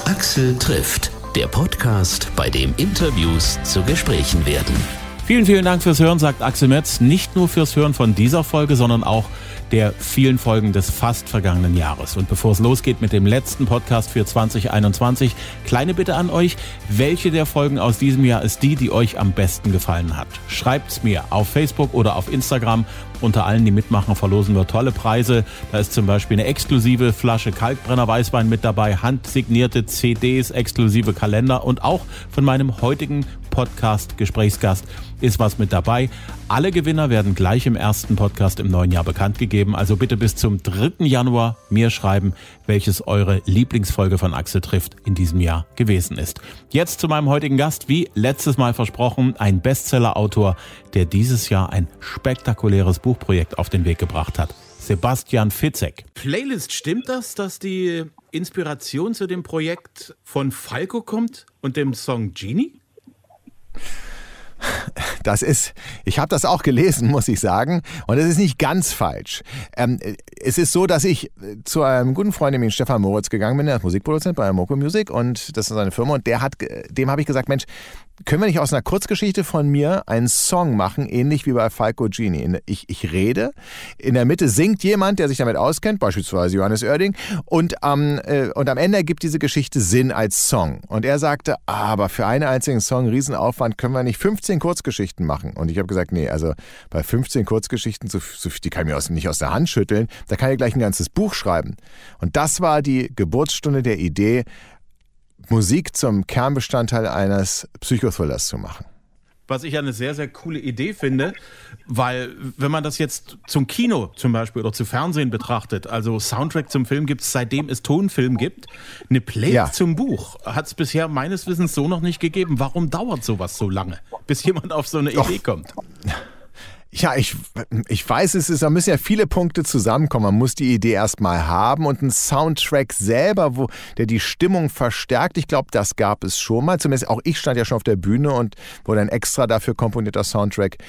Axel trifft, der Podcast, bei dem Interviews zu Gesprächen werden. Vielen, vielen Dank fürs Hören, sagt Axel Metz. Nicht nur fürs Hören von dieser Folge, sondern auch der vielen Folgen des fast vergangenen Jahres. Und bevor es losgeht mit dem letzten Podcast für 2021, kleine Bitte an euch, welche der Folgen aus diesem Jahr ist die euch am besten gefallen hat? Schreibt's mir auf Facebook oder auf Instagram. Unter allen, die mitmachen, verlosen wir tolle Preise. Da ist zum Beispiel eine exklusive Flasche Kalkbrenner Weißwein mit dabei, handsignierte CDs, exklusive Kalender und auch von meinem heutigen Podcast-Gesprächsgast ist was mit dabei. Alle Gewinner werden gleich im ersten Podcast im neuen Jahr bekannt gegeben. Also bitte bis zum 3. Januar mir schreiben, welches eure Lieblingsfolge von Axel trifft in diesem Jahr gewesen ist. Jetzt zu meinem heutigen Gast, wie letztes Mal versprochen, ein Bestseller-Autor, der dieses Jahr ein spektakuläres Buchprojekt auf den Weg gebracht hat. Sebastian Fitzek. Playlist, stimmt das, dass die Inspiration zu dem Projekt von Falco kommt und dem Song Genie? Ich habe das auch gelesen, muss ich sagen, und es ist nicht ganz falsch. Es ist so, dass ich zu einem guten Freund, nämlich Stefan Moritz, gegangen bin, der ist Musikproduzent bei Moko Music und das ist seine Firma und dem habe ich gesagt, Mensch, können wir nicht aus einer Kurzgeschichte von mir einen Song machen, ähnlich wie bei Falco Genie? Ich rede, in der Mitte singt jemand, der sich damit auskennt, beispielsweise Johannes Oerding, und am Ende ergibt diese Geschichte Sinn als Song. Und er sagte, aber für einen einzigen Song, Riesenaufwand, können wir nicht 15 Kurzgeschichten machen? Und ich habe gesagt, nee, also bei 15 Kurzgeschichten, die kann ich mir nicht aus der Hand schütteln, da kann ich gleich ein ganzes Buch schreiben. Und das war die Geburtsstunde der Idee, Musik zum Kernbestandteil eines Psychothrillers zu machen. Was ich eine sehr, sehr coole Idee finde, weil wenn man das jetzt zum Kino zum Beispiel oder zu Fernsehen betrachtet, also Soundtrack zum Film gibt es, seitdem es Tonfilm gibt, eine Playlist zum Buch hat es bisher meines Wissens so noch nicht gegeben. Warum dauert sowas so lange, bis jemand auf so eine Idee kommt? Ja, ich weiß, da müssen ja viele Punkte zusammenkommen. Man muss die Idee erstmal haben und einen Soundtrack selber, der die Stimmung verstärkt. Ich glaube, das gab es schon mal. Zumindest auch ich stand ja schon auf der Bühne und wurde ein extra dafür komponierter Soundtrack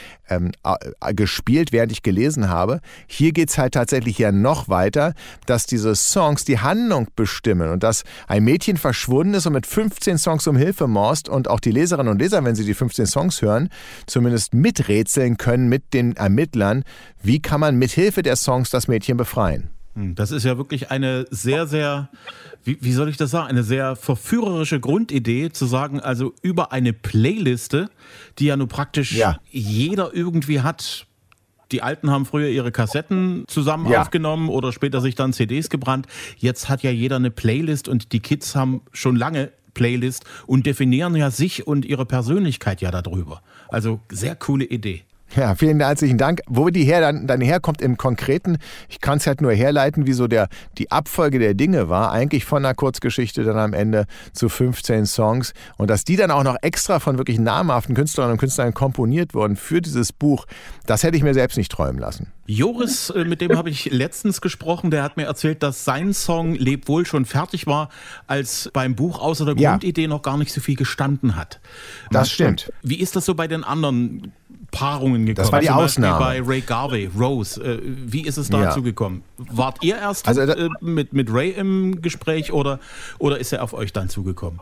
gespielt, während ich gelesen habe. Hier geht's halt tatsächlich ja noch weiter, dass diese Songs die Handlung bestimmen und dass ein Mädchen verschwunden ist und mit 15 Songs um Hilfe morst und auch die Leserinnen und Leser, wenn sie die 15 Songs hören, zumindest miträtseln können mit den Ermittlern, wie kann man mit Hilfe der Songs das Mädchen befreien. Das ist ja wirklich eine sehr, sehr, wie soll ich das sagen, eine sehr verführerische Grundidee, zu sagen, also über eine Playliste, die ja nur praktisch jeder irgendwie hat. Die Alten haben früher ihre Kassetten zusammen aufgenommen oder später sich dann CDs gebrannt. Jetzt hat ja jeder eine Playlist und die Kids haben schon lange Playlist und definieren ja sich und ihre Persönlichkeit ja darüber. Also sehr coole Idee. Ja, vielen herzlichen Dank. Wo die dann herkommt im Konkreten, ich kann es halt nur herleiten, wie so die Abfolge der Dinge war, eigentlich von einer Kurzgeschichte dann am Ende zu 15 Songs und dass die dann auch noch extra von wirklich namhaften Künstlerinnen und Künstlern komponiert wurden für dieses Buch, das hätte ich mir selbst nicht träumen lassen. Joris, mit dem habe ich letztens gesprochen, der hat mir erzählt, dass sein Song Leb wohl schon fertig war, als beim Buch außer der Grundidee noch gar nicht so viel gestanden hat. Das stimmt. Wie ist das so bei den anderen Paarungen gekommen? Das war die Ausnahme. Bei Ray Garvey, Rose. Wie ist es dazu gekommen? Wart ihr erst mit Ray im Gespräch oder ist er auf euch dann zugekommen?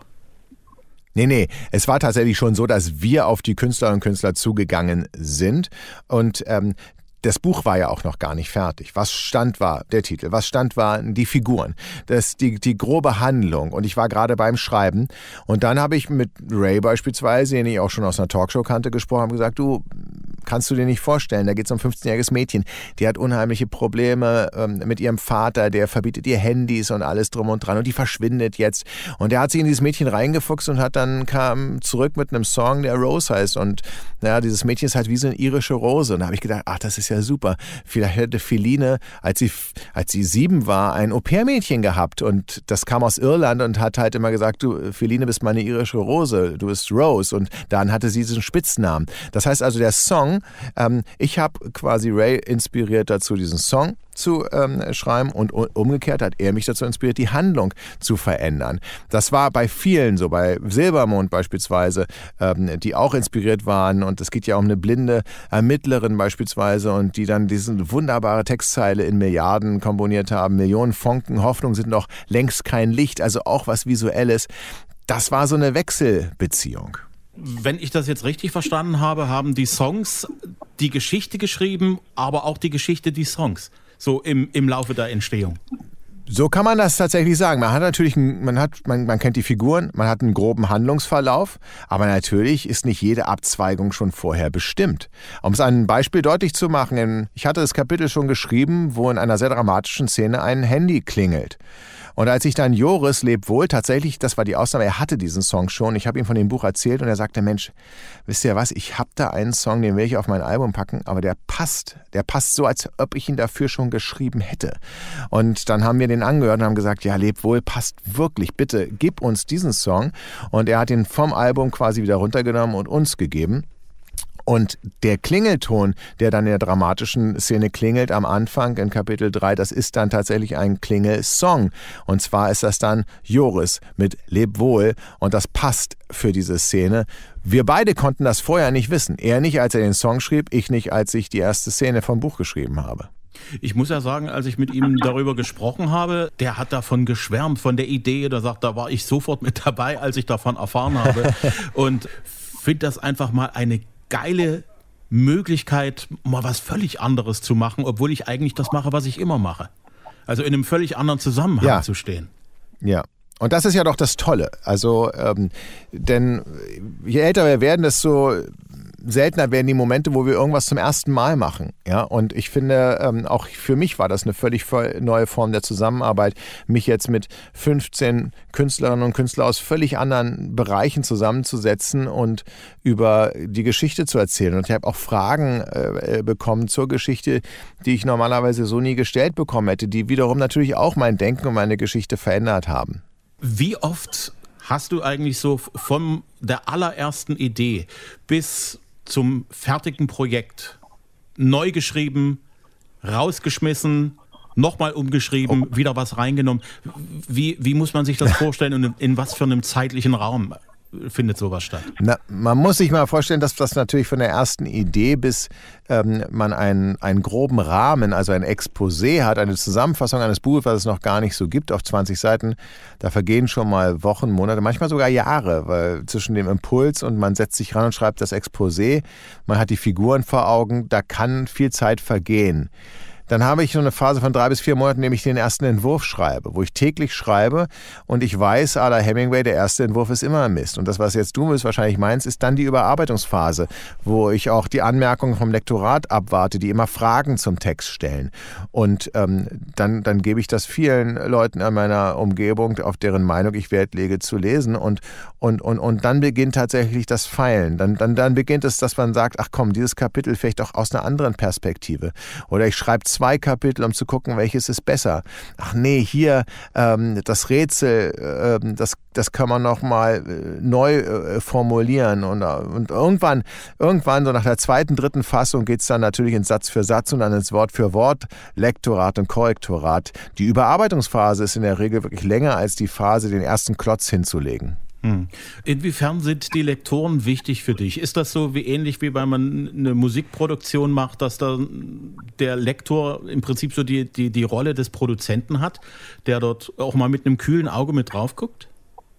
Nee, es war tatsächlich schon so, dass wir auf die Künstlerinnen und Künstler zugegangen sind und das Buch war ja auch noch gar nicht fertig. Was stand war der Titel, was stand waren die Figuren, die grobe Handlung und ich war gerade beim Schreiben und dann habe ich mit Ray beispielsweise, den ich auch schon aus einer Talkshow kannte, gesprochen, habe gesagt, du, kannst du dir nicht vorstellen, da geht es um ein 15-jähriges Mädchen, die hat unheimliche Probleme mit ihrem Vater, der verbietet ihr Handys und alles drum und dran und die verschwindet jetzt und der hat sich in dieses Mädchen reingefuchst und kam zurück mit einem Song, der Rose heißt und dieses Mädchen ist halt wie so eine irische Rose und da habe ich gedacht, ach, das ist ja super. Vielleicht hätte Feline, als sie 7 war, ein Au-pair-Mädchen gehabt und das kam aus Irland und hat halt immer gesagt, du, Feline bist meine irische Rose, du bist Rose und dann hatte sie diesen Spitznamen. Das heißt also, der Song Song. Ich habe quasi Ray inspiriert dazu, diesen Song zu schreiben und umgekehrt hat er mich dazu inspiriert, die Handlung zu verändern. Das war bei vielen so, bei Silbermond beispielsweise, die auch inspiriert waren und es geht ja um eine blinde Ermittlerin beispielsweise und die dann diese wunderbare Textzeile in Milliarden komponiert haben, Millionen Funken, Hoffnung sind noch längst kein Licht, also auch was Visuelles. Das war so eine Wechselbeziehung. Wenn ich das jetzt richtig verstanden habe, haben die Songs die Geschichte geschrieben, aber auch die Geschichte die Songs. So im Laufe der Entstehung. So kann man das tatsächlich sagen. Man hat natürlich, man kennt die Figuren, man hat einen groben Handlungsverlauf, aber natürlich ist nicht jede Abzweigung schon vorher bestimmt. Um es an einem Beispiel deutlich zu machen, ich hatte das Kapitel schon geschrieben, wo in einer sehr dramatischen Szene ein Handy klingelt. Und als ich dann Joris lebt wohl, tatsächlich, das war die Ausnahme, er hatte diesen Song schon, ich habe ihm von dem Buch erzählt und er sagte, Mensch, wisst ihr was, ich habe da einen Song, den will ich auf mein Album packen, aber der passt so, als ob ich ihn dafür schon geschrieben hätte. Und dann haben wir den angehört und haben gesagt, ja, lebt wohl, passt wirklich, bitte gib uns diesen Song. Und er hat ihn vom Album quasi wieder runtergenommen und uns gegeben. Und der Klingelton, der dann in der dramatischen Szene klingelt am Anfang in Kapitel 3, das ist dann tatsächlich ein Klingelsong. Und zwar ist das dann Joris mit Leb wohl und das passt für diese Szene. Wir beide konnten das vorher nicht wissen. Er nicht, als er den Song schrieb, ich nicht, als ich die erste Szene vom Buch geschrieben habe. Ich muss ja sagen, als ich mit ihm darüber gesprochen habe, der hat davon geschwärmt, von der Idee. Da sagt, da war ich sofort mit dabei, als ich davon erfahren habe. Und finde das einfach mal eine geile Möglichkeit, mal was völlig anderes zu machen, obwohl ich eigentlich das mache, was ich immer mache. Also in einem völlig anderen Zusammenhang zu stehen. Ja. Und das ist ja doch das Tolle. Also, denn je älter wir werden, desto seltener werden die Momente, wo wir irgendwas zum ersten Mal machen. Ja? Und ich finde, auch für mich war das eine völlig neue Form der Zusammenarbeit, mich jetzt mit 15 Künstlerinnen und Künstlern aus völlig anderen Bereichen zusammenzusetzen und über die Geschichte zu erzählen. Und ich habe auch Fragen bekommen zur Geschichte, die ich normalerweise so nie gestellt bekommen hätte, die wiederum natürlich auch mein Denken und meine Geschichte verändert haben. Wie oft hast du eigentlich so von der allerersten Idee bis zum fertigen Projekt neu geschrieben, rausgeschmissen, nochmal umgeschrieben, wieder was reingenommen? Wie muss man sich das vorstellen und in was für einem zeitlichen Raum findet sowas statt? Na, man muss sich mal vorstellen, dass das natürlich von der ersten Idee bis man einen groben Rahmen, also ein Exposé hat, eine Zusammenfassung eines Buches, was es noch gar nicht so gibt, auf 20 Seiten, da vergehen schon mal Wochen, Monate, manchmal sogar Jahre, weil zwischen dem Impuls und man setzt sich ran und schreibt das Exposé, man hat die Figuren vor Augen, da kann viel Zeit vergehen. Dann habe ich so eine Phase von 3 bis 4 Monaten, in dem ich den ersten Entwurf schreibe, wo ich täglich schreibe und ich weiß, à la Hemingway, der erste Entwurf ist immer Mist. Und das, was jetzt du wahrscheinlich meinst, ist dann die Überarbeitungsphase, wo ich auch die Anmerkungen vom Lektorat abwarte, die immer Fragen zum Text stellen. Und dann gebe ich das vielen Leuten in meiner Umgebung, auf deren Meinung ich Wert lege, zu lesen. Und dann beginnt tatsächlich das Feilen. Dann beginnt es, dass man sagt, ach komm, dieses Kapitel vielleicht auch aus einer anderen Perspektive. Oder ich schreibe 2 Kapitel, um zu gucken, welches ist besser. Ach nee, hier das Rätsel, das kann man noch mal neu formulieren. Und irgendwann, so nach der 2., 3. Fassung geht es dann natürlich in Satz für Satz und dann ins Wort für Wort, Lektorat und Korrektorat. Die Überarbeitungsphase ist in der Regel wirklich länger als die Phase, den ersten Klotz hinzulegen. Inwiefern sind die Lektoren wichtig für dich? Ist das so ähnlich wie wenn man eine Musikproduktion macht, dass da der Lektor im Prinzip so die Rolle des Produzenten hat, der dort auch mal mit einem kühlen Auge mit drauf guckt?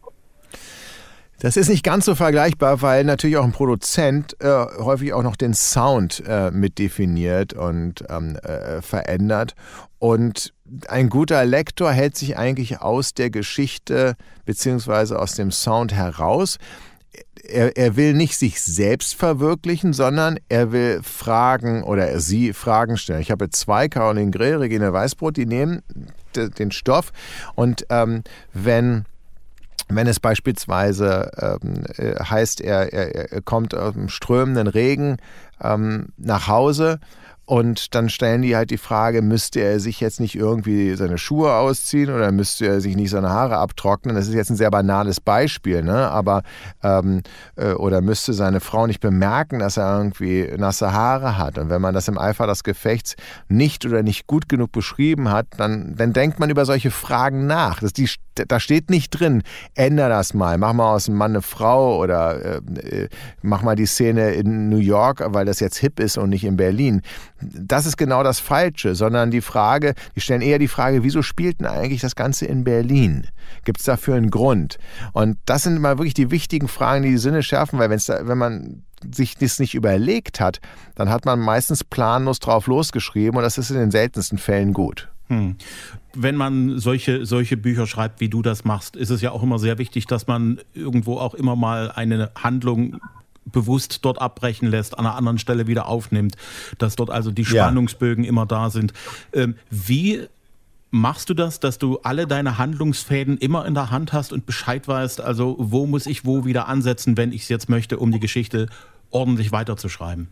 Das ist nicht ganz so vergleichbar, weil natürlich auch ein Produzent häufig auch noch den Sound mit definiert und verändert. Und ein guter Lektor hält sich eigentlich aus der Geschichte bzw. aus dem Sound heraus. Er will nicht sich selbst verwirklichen, sondern er will Fragen oder sie Fragen stellen. Ich habe 2, Caroline Grill, Regine Weißbrot, die nehmen den Stoff und wenn es beispielsweise heißt, er kommt aus dem strömenden Regen nach Hause Und dann stellen die halt die Frage, müsste er sich jetzt nicht irgendwie seine Schuhe ausziehen oder müsste er sich nicht seine Haare abtrocknen? Das ist jetzt ein sehr banales Beispiel, ne? Aber oder müsste seine Frau nicht bemerken, dass er irgendwie nasse Haare hat? Und wenn man das im Eifer des Gefechts nicht oder nicht gut genug beschrieben hat, dann denkt man über solche Fragen nach. Da steht nicht drin, änder das mal, mach mal aus dem Mann eine Frau oder mach mal die Szene in New York, weil das jetzt hip ist und nicht in Berlin. Das ist genau das Falsche, sondern die stellen eher die Frage, wieso spielt denn eigentlich das Ganze in Berlin? Gibt es dafür einen Grund? Und das sind mal wirklich die wichtigen Fragen, die Sinne schärfen, weil wenn man sich das nicht überlegt hat, dann hat man meistens planlos drauf losgeschrieben und das ist in den seltensten Fällen gut. Wenn man solche Bücher schreibt, wie du das machst, ist es ja auch immer sehr wichtig, dass man irgendwo auch immer mal eine Handlung bewusst dort abbrechen lässt, an einer anderen Stelle wieder aufnimmt, dass dort also die Spannungsbögen immer da sind. Wie machst du das, dass du alle deine Handlungsfäden immer in der Hand hast und Bescheid weißt, also wo muss ich wo wieder ansetzen, wenn ich es jetzt möchte, um die Geschichte ordentlich weiterzuschreiben?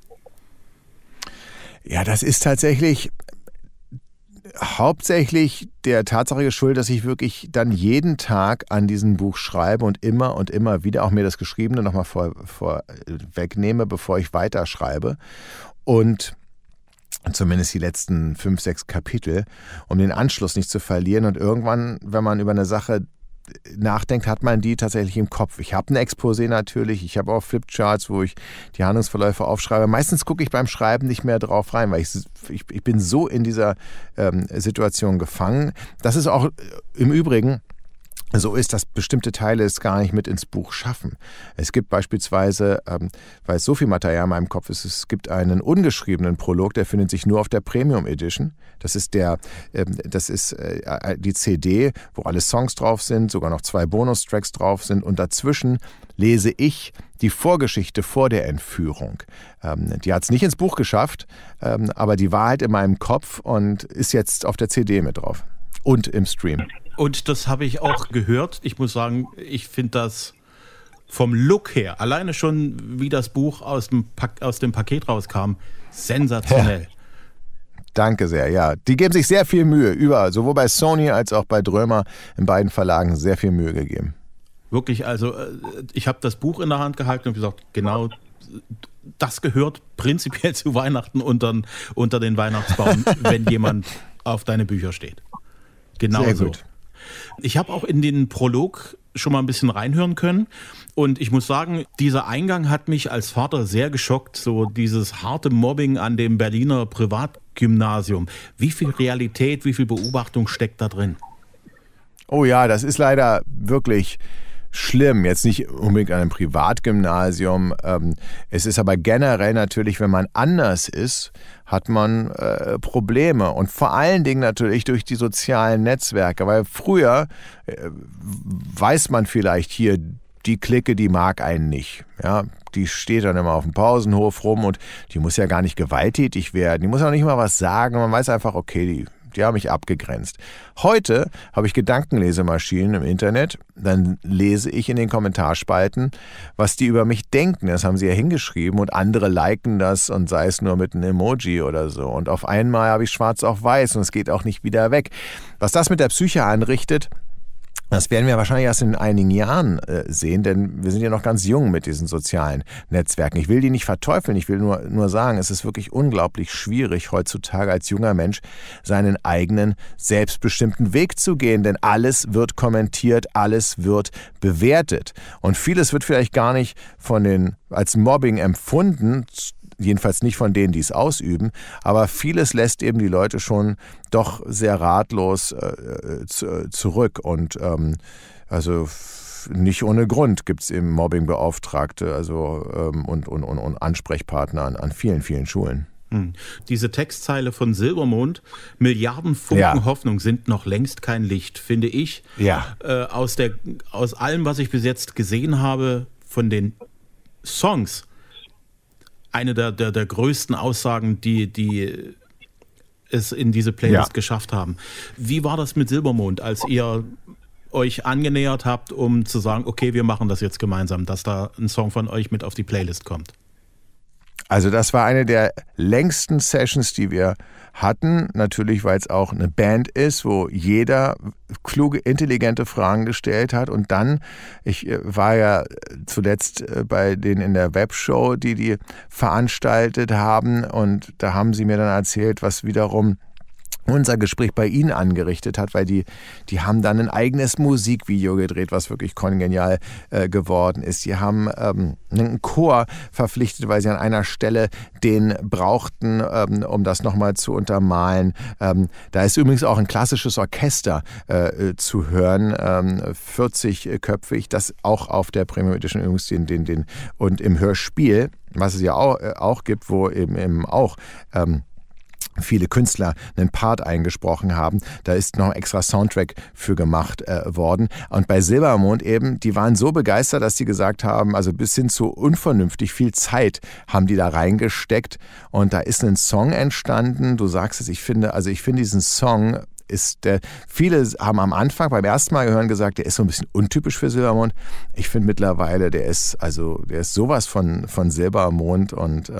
Ja, das ist tatsächlich hauptsächlich der Tatsache geschuldet, dass ich wirklich dann jeden Tag an diesem Buch schreibe und immer wieder auch mir das Geschriebene nochmal vorwegnehme, bevor ich weiterschreibe. Und zumindest die letzten 5, 6 Kapitel, um den Anschluss nicht zu verlieren. Und irgendwann, wenn man über eine Sache nachdenkt, hat man die tatsächlich im Kopf. Ich habe ein Exposé natürlich, ich habe auch Flipcharts, wo ich die Handlungsverläufe aufschreibe. Meistens gucke ich beim Schreiben nicht mehr drauf rein, weil ich bin so in dieser Situation gefangen. Das ist auch im Übrigen so ist, dass bestimmte Teile es gar nicht mit ins Buch schaffen. Es gibt beispielsweise, weil es so viel Material in meinem Kopf ist, es gibt einen ungeschriebenen Prolog, der findet sich nur auf der Premium Edition. Das ist die CD, wo alle Songs drauf sind, sogar noch 2 Bonustracks drauf sind und dazwischen lese ich die Vorgeschichte vor der Entführung. Die hat es nicht ins Buch geschafft, aber die war halt in meinem Kopf und ist jetzt auf der CD mit drauf und im Stream. Und das habe ich auch gehört. Ich muss sagen, ich finde das vom Look her, alleine schon wie das Buch aus dem Paket rauskam, sensationell. Ja. Danke sehr, ja. Die geben sich sehr viel Mühe, überall, sowohl bei Sony als auch bei Drömer, in beiden Verlagen sehr viel Mühe gegeben. Wirklich, also ich habe das Buch in der Hand gehalten und gesagt, genau, das gehört prinzipiell zu Weihnachten unter den Weihnachtsbaum, wenn jemand auf deine Bücher steht. Genau sehr so. Gut. Ich habe auch in den Prolog schon mal ein bisschen reinhören können und ich muss sagen, dieser Eingang hat mich als Vater sehr geschockt, so dieses harte Mobbing an dem Berliner Privatgymnasium. Wie viel Realität, wie viel Beobachtung steckt da drin? Oh ja, das ist leider wirklich schlimm. Jetzt nicht unbedingt an einem Privatgymnasium. Es ist aber generell natürlich, wenn man anders ist, hat man Probleme. Und vor allen Dingen natürlich durch die sozialen Netzwerke. Weil früher weiß man vielleicht hier, die Clique, die mag einen nicht. Ja, die steht dann immer auf dem Pausenhof rum und die muss ja gar nicht gewalttätig werden. Die muss auch nicht mal was sagen. Man weiß einfach, okay, die haben mich abgegrenzt. Heute habe ich Gedankenlesemaschinen im Internet, dann lese ich in den Kommentarspalten, was die über mich denken. Das haben sie ja hingeschrieben und andere liken das und sei es nur mit einem Emoji oder so. Und auf einmal habe ich schwarz auf weiß und es geht auch nicht wieder weg. Was das mit der Psyche anrichtet, das werden wir wahrscheinlich erst in einigen Jahren sehen, denn wir sind ja noch ganz jung mit diesen sozialen Netzwerken. Ich will die nicht verteufeln, ich will nur sagen, es ist wirklich unglaublich schwierig, heutzutage als junger Mensch seinen eigenen selbstbestimmten Weg zu gehen, denn alles wird kommentiert, alles wird bewertet. Und vieles wird vielleicht gar nicht als Mobbing empfunden, jedenfalls nicht von denen, die es ausüben, aber vieles lässt eben die Leute schon doch sehr ratlos zurück und also nicht ohne Grund gibt es eben Mobbingbeauftragte und Ansprechpartner an vielen, vielen Schulen. Diese Textzeile von Silbermond, Milliarden Funken Hoffnung sind noch längst kein Licht, finde ich. Ja. Aus allem, was ich bis jetzt gesehen habe von den Songs, eine der größten Aussagen, die es in diese Playlist geschafft haben. Wie war das mit Silbermond, als ihr euch angenähert habt, um zu sagen, okay, wir machen das jetzt gemeinsam, dass da ein Song von euch mit auf die Playlist kommt? Also das war eine der längsten Sessions, die wir hatten. Natürlich, weil es auch eine Band ist, wo jeder kluge, intelligente Fragen gestellt hat. Und dann, ich war ja zuletzt bei denen in der Webshow, die veranstaltet haben. Und da haben sie mir dann erzählt, was wiederum unser Gespräch bei Ihnen angerichtet hat, weil die haben dann ein eigenes Musikvideo gedreht, was wirklich kongenial geworden ist. Die haben einen Chor verpflichtet, weil sie an einer Stelle den brauchten, um das nochmal zu untermalen. Da ist übrigens auch ein klassisches Orchester zu hören, 40-köpfig, das auch auf der Premium Edition übrigens und im Hörspiel, was es ja auch gibt, wo eben auch viele Künstler einen Part eingesprochen haben. Da ist noch ein extra Soundtrack für gemacht worden. Und bei Silbermond eben, die waren so begeistert, dass sie gesagt haben, also bis hin zu unvernünftig viel Zeit haben die da reingesteckt. Und da ist ein Song entstanden. Du sagst es, ich finde diesen Song viele haben am Anfang beim ersten Mal gehört gesagt, der ist so ein bisschen untypisch für Silbermond. Ich finde mittlerweile, der ist sowas von Silbermond und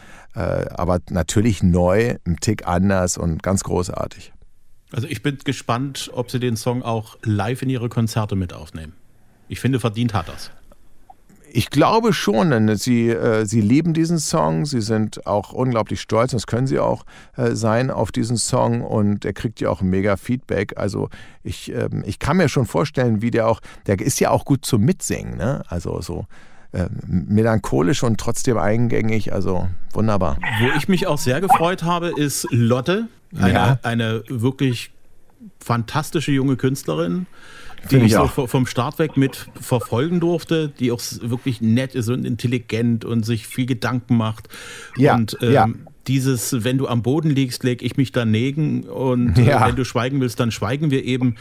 aber natürlich neu, ein Tick anders und ganz großartig. Also ich bin gespannt, ob Sie den Song auch live in Ihre Konzerte mit aufnehmen. Ich finde, verdient hat das. Ich glaube schon, denn sie lieben diesen Song, sie sind auch unglaublich stolz, und das können sie auch sein auf diesen Song, und er kriegt ja auch mega Feedback. Also ich kann mir schon vorstellen, der ist ja auch gut zum Mitsingen, ne? Also so melancholisch und trotzdem eingängig, also wunderbar. Wo ich mich auch sehr gefreut habe, ist Lotte, eine wirklich fantastische junge Künstlerin, die ich so vom Start weg mit verfolgen durfte, die auch wirklich nett ist und intelligent und sich viel Gedanken macht. Ja, und dieses, wenn du am Boden liegst, leg ich mich daneben, und wenn du schweigen willst, dann schweigen wir eben.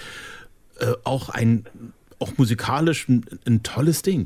Auch musikalisch ein tolles Ding.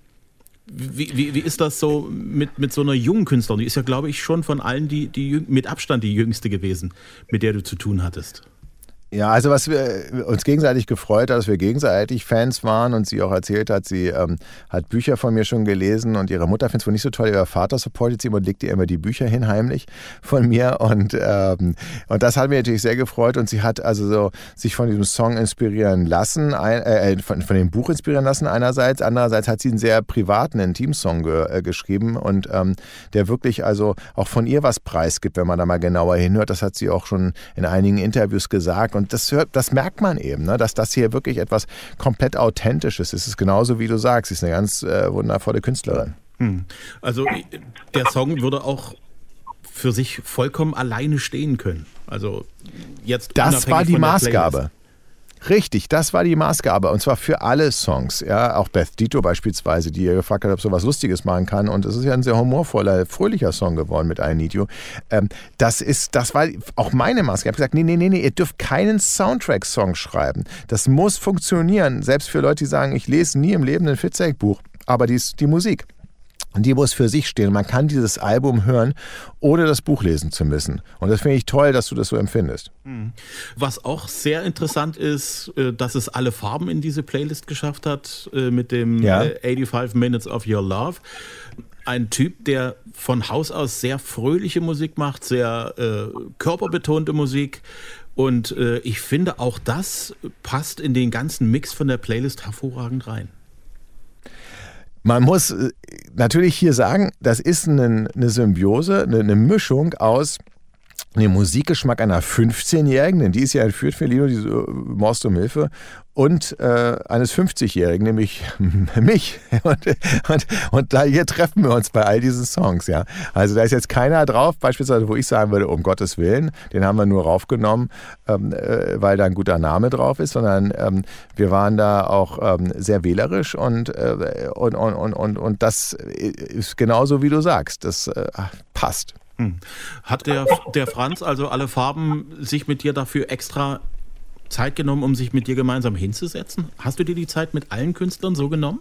Wie ist das so mit so einer jungen Künstlerin? Die ist ja, glaube ich, schon von allen die mit Abstand die jüngste gewesen, mit der du zu tun hattest. Ja, also was wir uns gegenseitig gefreut hat, dass wir gegenseitig Fans waren, und sie auch erzählt hat, sie hat Bücher von mir schon gelesen, und ihre Mutter findet es wohl nicht so toll, ihr Vater supportet sie und legt ihr immer die Bücher hin, heimlich von mir, und das hat mich natürlich sehr gefreut, und sie hat also so sich von diesem Song inspirieren lassen, von dem Buch inspirieren lassen einerseits, andererseits hat sie einen sehr privaten, Intim-Song geschrieben, und der wirklich also auch von ihr was preisgibt, wenn man da mal genauer hinhört. Das hat sie auch schon in einigen Interviews gesagt, und das merkt man eben, ne, dass das hier wirklich etwas komplett Authentisches ist. Es ist genauso, wie du sagst, sie ist eine ganz wundervolle Künstlerin. Also der Song würde auch für sich vollkommen alleine stehen können. Also jetzt das war die Maßgabe. Richtig, das war die Maßgabe, und zwar für alle Songs. Ja, auch Beth Ditto beispielsweise, die ihr gefragt hat, ob sie was Lustiges machen kann, und es ist ja ein sehr humorvoller, fröhlicher Song geworden mit I Need You. Das war auch meine Maßgabe. Ich habe gesagt, nee, ihr dürft keinen Soundtrack-Song schreiben. Das muss funktionieren, selbst für Leute, die sagen, ich lese nie im Leben ein Fitzek-Buch, aber die Musik. Und die muss für sich stehen. Man kann dieses Album hören, ohne das Buch lesen zu müssen. Und das finde ich toll, dass du das so empfindest. Was auch sehr interessant ist, dass es alle Farben in diese Playlist geschafft hat, mit dem 85 Minutes of Your Love. Ein Typ, der von Haus aus sehr fröhliche Musik macht, sehr körperbetonte Musik. Und ich finde, auch das passt in den ganzen Mix von der Playlist hervorragend rein. Man muss natürlich hier sagen, das ist eine Symbiose, eine Mischung aus dem Musikgeschmack einer 15-Jährigen, denn die ist ja entführt für Lino, diese Morst um Hilfe, und eines 50-Jährigen, nämlich mich. Und da hier treffen wir uns bei all diesen Songs, ja. Also da ist jetzt keiner drauf, beispielsweise, wo ich sagen würde, um Gottes Willen, den haben wir nur raufgenommen, weil da ein guter Name drauf ist, sondern wir waren da auch sehr wählerisch, und das ist genauso, wie du sagst. Das passt. Hat der Franz, also alle Farben, sich mit dir dafür extra Zeit genommen, um sich mit dir gemeinsam hinzusetzen? Hast du dir die Zeit mit allen Künstlern so genommen?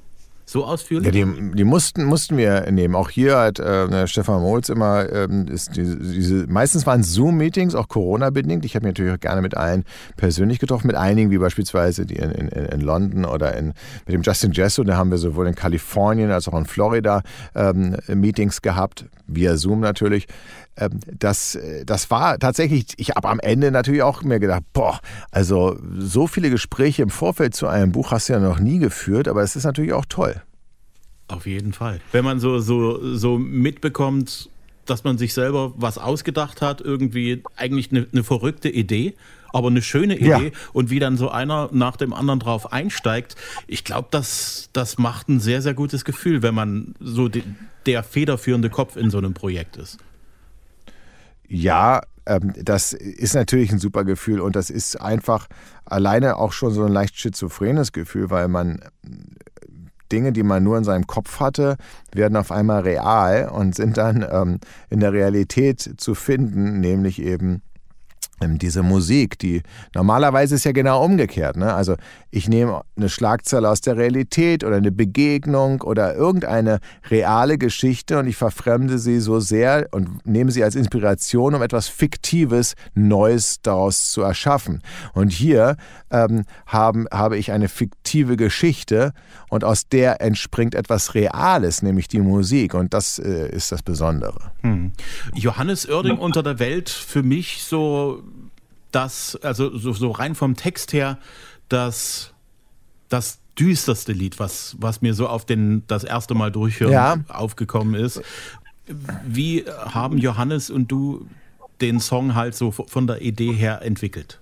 So ausführlich? Ja, die mussten wir nehmen. Auch hier hat Stefan Molz immer, meistens waren es Zoom-Meetings, auch Corona-bedingt. Ich habe mich natürlich auch gerne mit allen persönlich getroffen, mit einigen, wie beispielsweise die in London oder mit dem Justin Jesso, da haben wir sowohl in Kalifornien als auch in Florida Meetings gehabt, via Zoom natürlich. Das war tatsächlich, ich habe am Ende natürlich auch mir gedacht, also so viele Gespräche im Vorfeld zu einem Buch hast du ja noch nie geführt, aber es ist natürlich auch toll. Auf jeden Fall. Wenn man so mitbekommt, dass man sich selber was ausgedacht hat, irgendwie eigentlich eine verrückte Idee, aber eine schöne Idee und wie dann so einer nach dem anderen drauf einsteigt, ich glaube, das macht ein sehr, sehr gutes Gefühl, wenn man so der federführende Kopf in so einem Projekt ist. Ja, das ist natürlich ein super Gefühl und das ist einfach alleine auch schon so ein leicht schizophrenes Gefühl, weil man Dinge, die man nur in seinem Kopf hatte, werden auf einmal real und sind dann in der Realität zu finden, nämlich eben diese Musik, die normalerweise ist ja genau umgekehrt. Ne? Also ich nehme eine Schlagzeile aus der Realität oder eine Begegnung oder irgendeine reale Geschichte und ich verfremde sie so sehr und nehme sie als Inspiration, um etwas Fiktives, Neues daraus zu erschaffen. Und hier habe ich eine fiktive Geschichte und aus der entspringt etwas Reales, nämlich die Musik. Und das ist das Besondere. Johannes Oerding unter der Welt, für mich so so rein vom Text her, das düsterste Lied, was mir so auf das erste Mal durchhören aufgekommen ist. Wie haben Johannes und du den Song halt so von der Idee her entwickelt?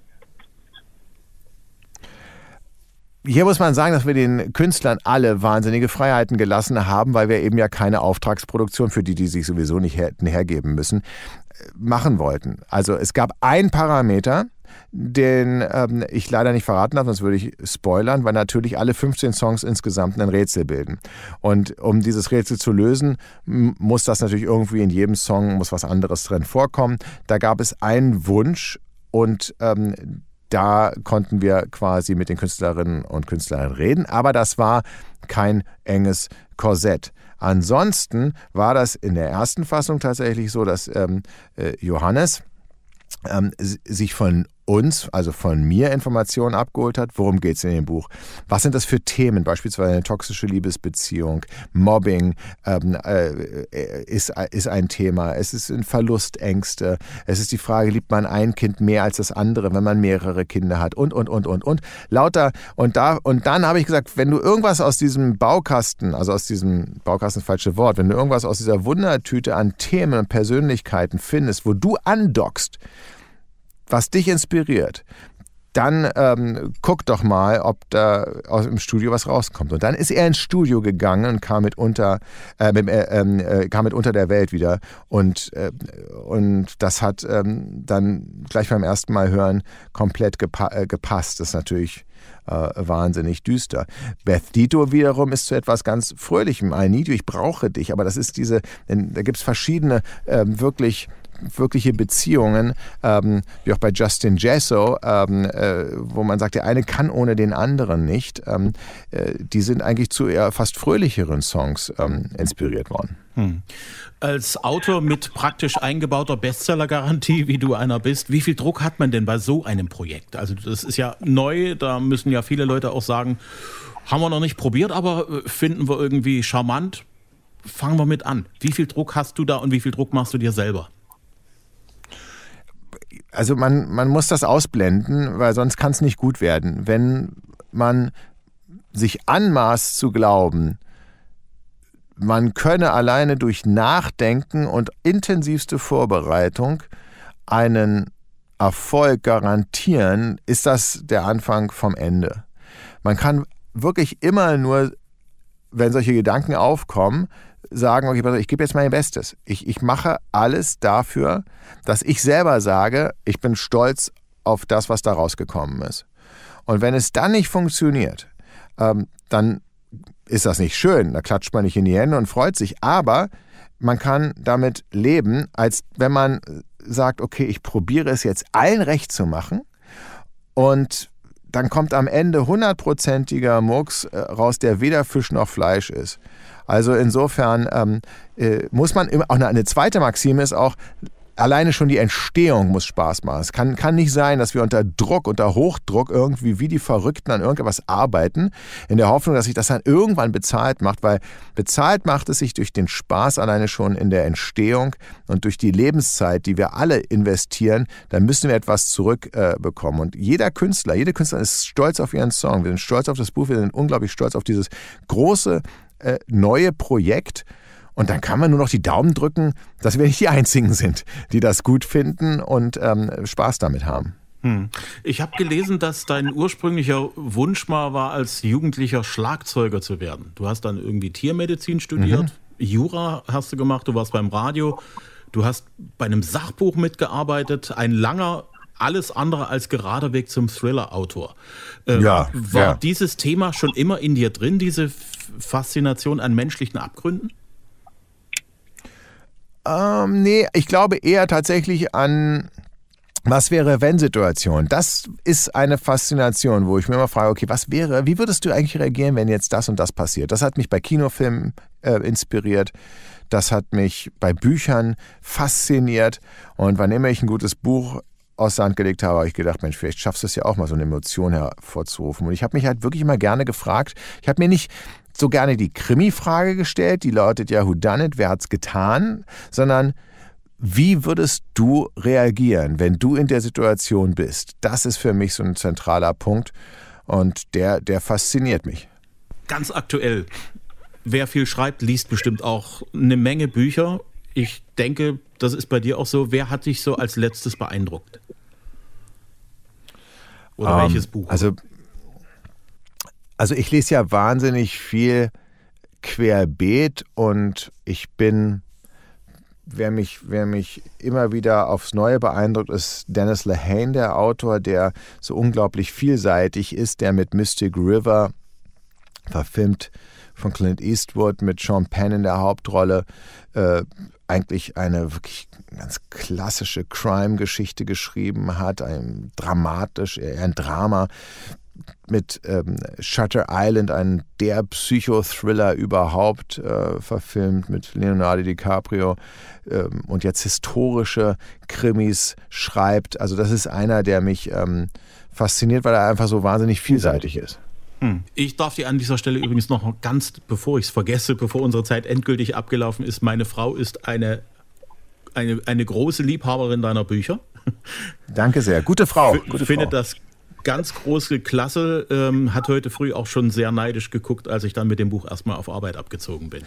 Hier muss man sagen, dass wir den Künstlern alle wahnsinnige Freiheiten gelassen haben, weil wir eben ja keine Auftragsproduktion, für die sich sowieso nicht hätten hergeben müssen, machen wollten. Also es gab einen Parameter, den ich leider nicht verraten habe, sonst würde ich spoilern, weil natürlich alle 15 Songs insgesamt ein Rätsel bilden. Und um dieses Rätsel zu lösen, muss das natürlich irgendwie in jedem Song, muss was anderes drin vorkommen. Da gab es einen Wunsch und da konnten wir quasi mit den Künstlerinnen und Künstlern reden, aber das war kein enges Korsett. Ansonsten war das in der ersten Fassung tatsächlich so, dass Johannes sich von uns, also von mir, Informationen abgeholt hat. Worum geht es in dem Buch? Was sind das für Themen? Beispielsweise eine toxische Liebesbeziehung, Mobbing ist ein Thema. Es sind Verlustängste. Es ist die Frage, liebt man ein Kind mehr als das andere, wenn man mehrere Kinder hat und. Lauter. Und dann habe ich gesagt, wenn du irgendwas aus diesem Baukasten, also aus diesem Baukasten, falsche Wort, wenn du irgendwas aus dieser Wundertüte an Themen und Persönlichkeiten findest, wo du andockst, was dich inspiriert, dann guck doch mal, ob da aus dem Studio was rauskommt. Und dann ist er ins Studio gegangen und kam mit unter der Welt wieder. Und das hat dann gleich beim ersten Mal hören komplett gepasst. Das ist natürlich wahnsinnig düster. Beth Dito wiederum ist zu etwas ganz Fröhlichem. I need you, ich brauche dich. Aber das ist da gibt es verschiedene wirkliche Beziehungen, wie auch bei Justin Jesso, wo man sagt, der eine kann ohne den anderen nicht. Die sind eigentlich zu eher fast fröhlicheren Songs inspiriert worden. Als Autor mit praktisch eingebauter Bestseller-Garantie, wie du einer bist, wie viel Druck hat man denn bei so einem Projekt? Also das ist ja neu, da müssen ja viele Leute auch sagen, haben wir noch nicht probiert, aber finden wir irgendwie charmant. Fangen wir mit an. Wie viel Druck hast du da und wie viel Druck machst du dir selber? Also man muss das ausblenden, weil sonst kann es nicht gut werden. Wenn man sich anmaßt zu glauben, man könne alleine durch Nachdenken und intensivste Vorbereitung einen Erfolg garantieren, ist das der Anfang vom Ende. Man kann wirklich immer nur, wenn solche Gedanken aufkommen, sagen, okay, ich gebe jetzt mein Bestes. Ich mache alles dafür, dass ich selber sage, ich bin stolz auf das, was da rausgekommen ist. Und wenn es dann nicht funktioniert, dann ist das nicht schön. Da klatscht man nicht in die Hände und freut sich. Aber man kann damit leben, als wenn man sagt, okay, ich probiere es jetzt allen recht zu machen und dann kommt am Ende 100%iger Murks raus, der weder Fisch noch Fleisch ist. Also insofern muss man auch eine zweite Maxime ist auch, alleine schon die Entstehung muss Spaß machen. Es kann nicht sein, dass wir unter Druck, unter Hochdruck irgendwie wie die Verrückten an irgendwas arbeiten, in der Hoffnung, dass sich das dann irgendwann bezahlt macht, weil bezahlt macht es sich durch den Spaß alleine schon in der Entstehung und durch die Lebenszeit, die wir alle investieren, dann müssen wir etwas zurückbekommen. Und jede Künstlerin ist stolz auf ihren Song. Wir sind stolz auf das Buch, wir sind unglaublich stolz auf dieses große neue Projekt. Und dann kann man nur noch die Daumen drücken, dass wir nicht die Einzigen sind, die das gut finden und Spaß damit haben. Ich habe gelesen, dass dein ursprünglicher Wunsch mal war, als Jugendlicher Schlagzeuger zu werden. Du hast dann irgendwie Tiermedizin studiert, Jura hast du gemacht, du warst beim Radio, du hast bei einem Sachbuch mitgearbeitet, ein langer, alles andere als gerader Weg zum Thriller-Autor. War dieses Thema schon immer in dir drin, diese Faszination an menschlichen Abgründen? Nee, ich glaube eher tatsächlich an Was-wäre-wenn-Situation. Das ist eine Faszination, wo ich mir immer frage, okay, wie würdest du eigentlich reagieren, wenn jetzt das und das passiert? Das hat mich bei Kinofilmen inspiriert, das hat mich bei Büchern fasziniert und wann immer ich ein gutes Buch aus der Hand gelegt habe ich gedacht, Mensch, vielleicht schaffst du es ja auch mal, so eine Emotion hervorzurufen. Und ich habe mich halt wirklich immer gerne gefragt, ich habe mir nicht so gerne die Krimi-Frage gestellt, die lautet ja, who done it, wer hat's getan, sondern wie würdest du reagieren, wenn du in der Situation bist? Das ist für mich so ein zentraler Punkt und der fasziniert mich. Ganz aktuell, wer viel schreibt, liest bestimmt auch eine Menge Bücher. Ich denke, das ist bei dir auch so. Wer hat dich so als letztes beeindruckt? Oder welches Buch? Also ich lese ja wahnsinnig viel querbeet und wer mich immer wieder aufs Neue beeindruckt, ist Dennis Lehane, der Autor, der so unglaublich vielseitig ist, der mit Mystic River, verfilmt von Clint Eastwood mit Sean Penn in der Hauptrolle, eigentlich eine wirklich ganz klassische Crime-Geschichte geschrieben hat, ein Drama mit Shutter Island, der Psychothriller überhaupt, verfilmt mit Leonardo DiCaprio und jetzt historische Krimis schreibt. Also das ist einer, der mich fasziniert, weil er einfach so wahnsinnig vielseitig ist. Ich darf dir an dieser Stelle übrigens noch ganz, bevor ich es vergesse, bevor unsere Zeit endgültig abgelaufen ist, meine Frau ist eine große Liebhaberin deiner Bücher. Danke sehr. Gute Frau. Findet das ganz große Klasse, hat heute früh auch schon sehr neidisch geguckt, als ich dann mit dem Buch erstmal auf Arbeit abgezogen bin.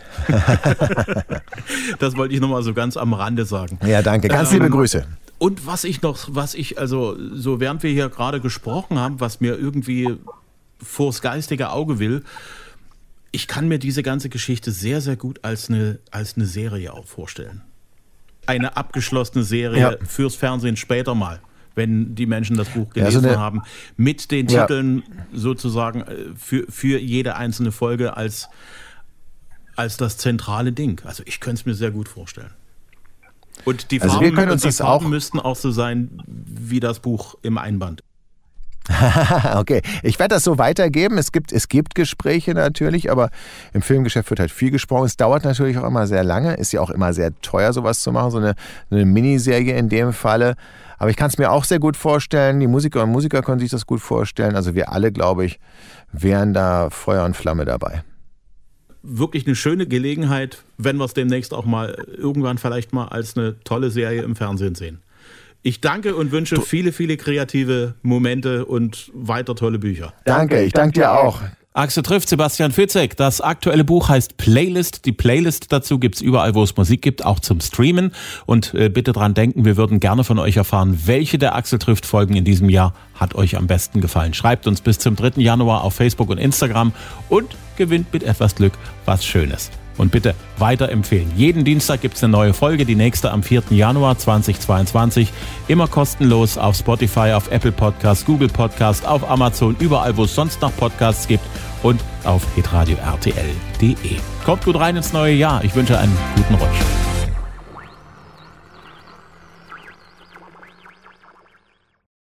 Das wollte ich nochmal so ganz am Rande sagen. Ja, danke. Ganz liebe Grüße. Und so während wir hier gerade gesprochen haben, was mir irgendwie vors geistige Auge will, ich kann mir diese ganze Geschichte sehr, sehr gut als eine Serie auch vorstellen. Eine abgeschlossene Serie fürs Fernsehen später mal, wenn die Menschen das Buch gelesen haben, mit den Titeln sozusagen für jede einzelne Folge als das zentrale Ding. Also ich könnte es mir sehr gut vorstellen. Und die Farben müssten auch so sein wie das Buch im Einband. Okay, ich werde das so weitergeben. Es gibt Gespräche natürlich, aber im Filmgeschäft wird halt viel gesprochen. Es dauert natürlich auch immer sehr lange, ist ja auch immer sehr teuer, sowas zu machen, so eine Miniserie in dem Falle. Aber ich kann es mir auch sehr gut vorstellen. Die Musiker und Musiker können sich das gut vorstellen. Also wir alle, glaube ich, wären da Feuer und Flamme dabei. Wirklich eine schöne Gelegenheit, wenn wir es demnächst auch mal irgendwann vielleicht mal als eine tolle Serie im Fernsehen sehen. Ich danke und wünsche viele, viele kreative Momente und weiter tolle Bücher. Danke, ich danke dir auch. Axel trifft Sebastian Fitzek. Das aktuelle Buch heißt Playlist. Die Playlist dazu gibt's überall, wo es Musik gibt, auch zum Streamen. Und bitte dran denken, wir würden gerne von euch erfahren, welche der Axel trifft Folgen in diesem Jahr hat euch am besten gefallen. Schreibt uns bis zum 3. Januar auf Facebook und Instagram und gewinnt mit etwas Glück was Schönes. Und bitte weiterempfehlen. Jeden Dienstag gibt es eine neue Folge, die nächste am 4. Januar 2022. Immer kostenlos auf Spotify, auf Apple Podcasts, Google Podcasts, auf Amazon, überall, wo es sonst noch Podcasts gibt und auf hitradio-rtl.de. Kommt gut rein ins neue Jahr. Ich wünsche einen guten Rutsch.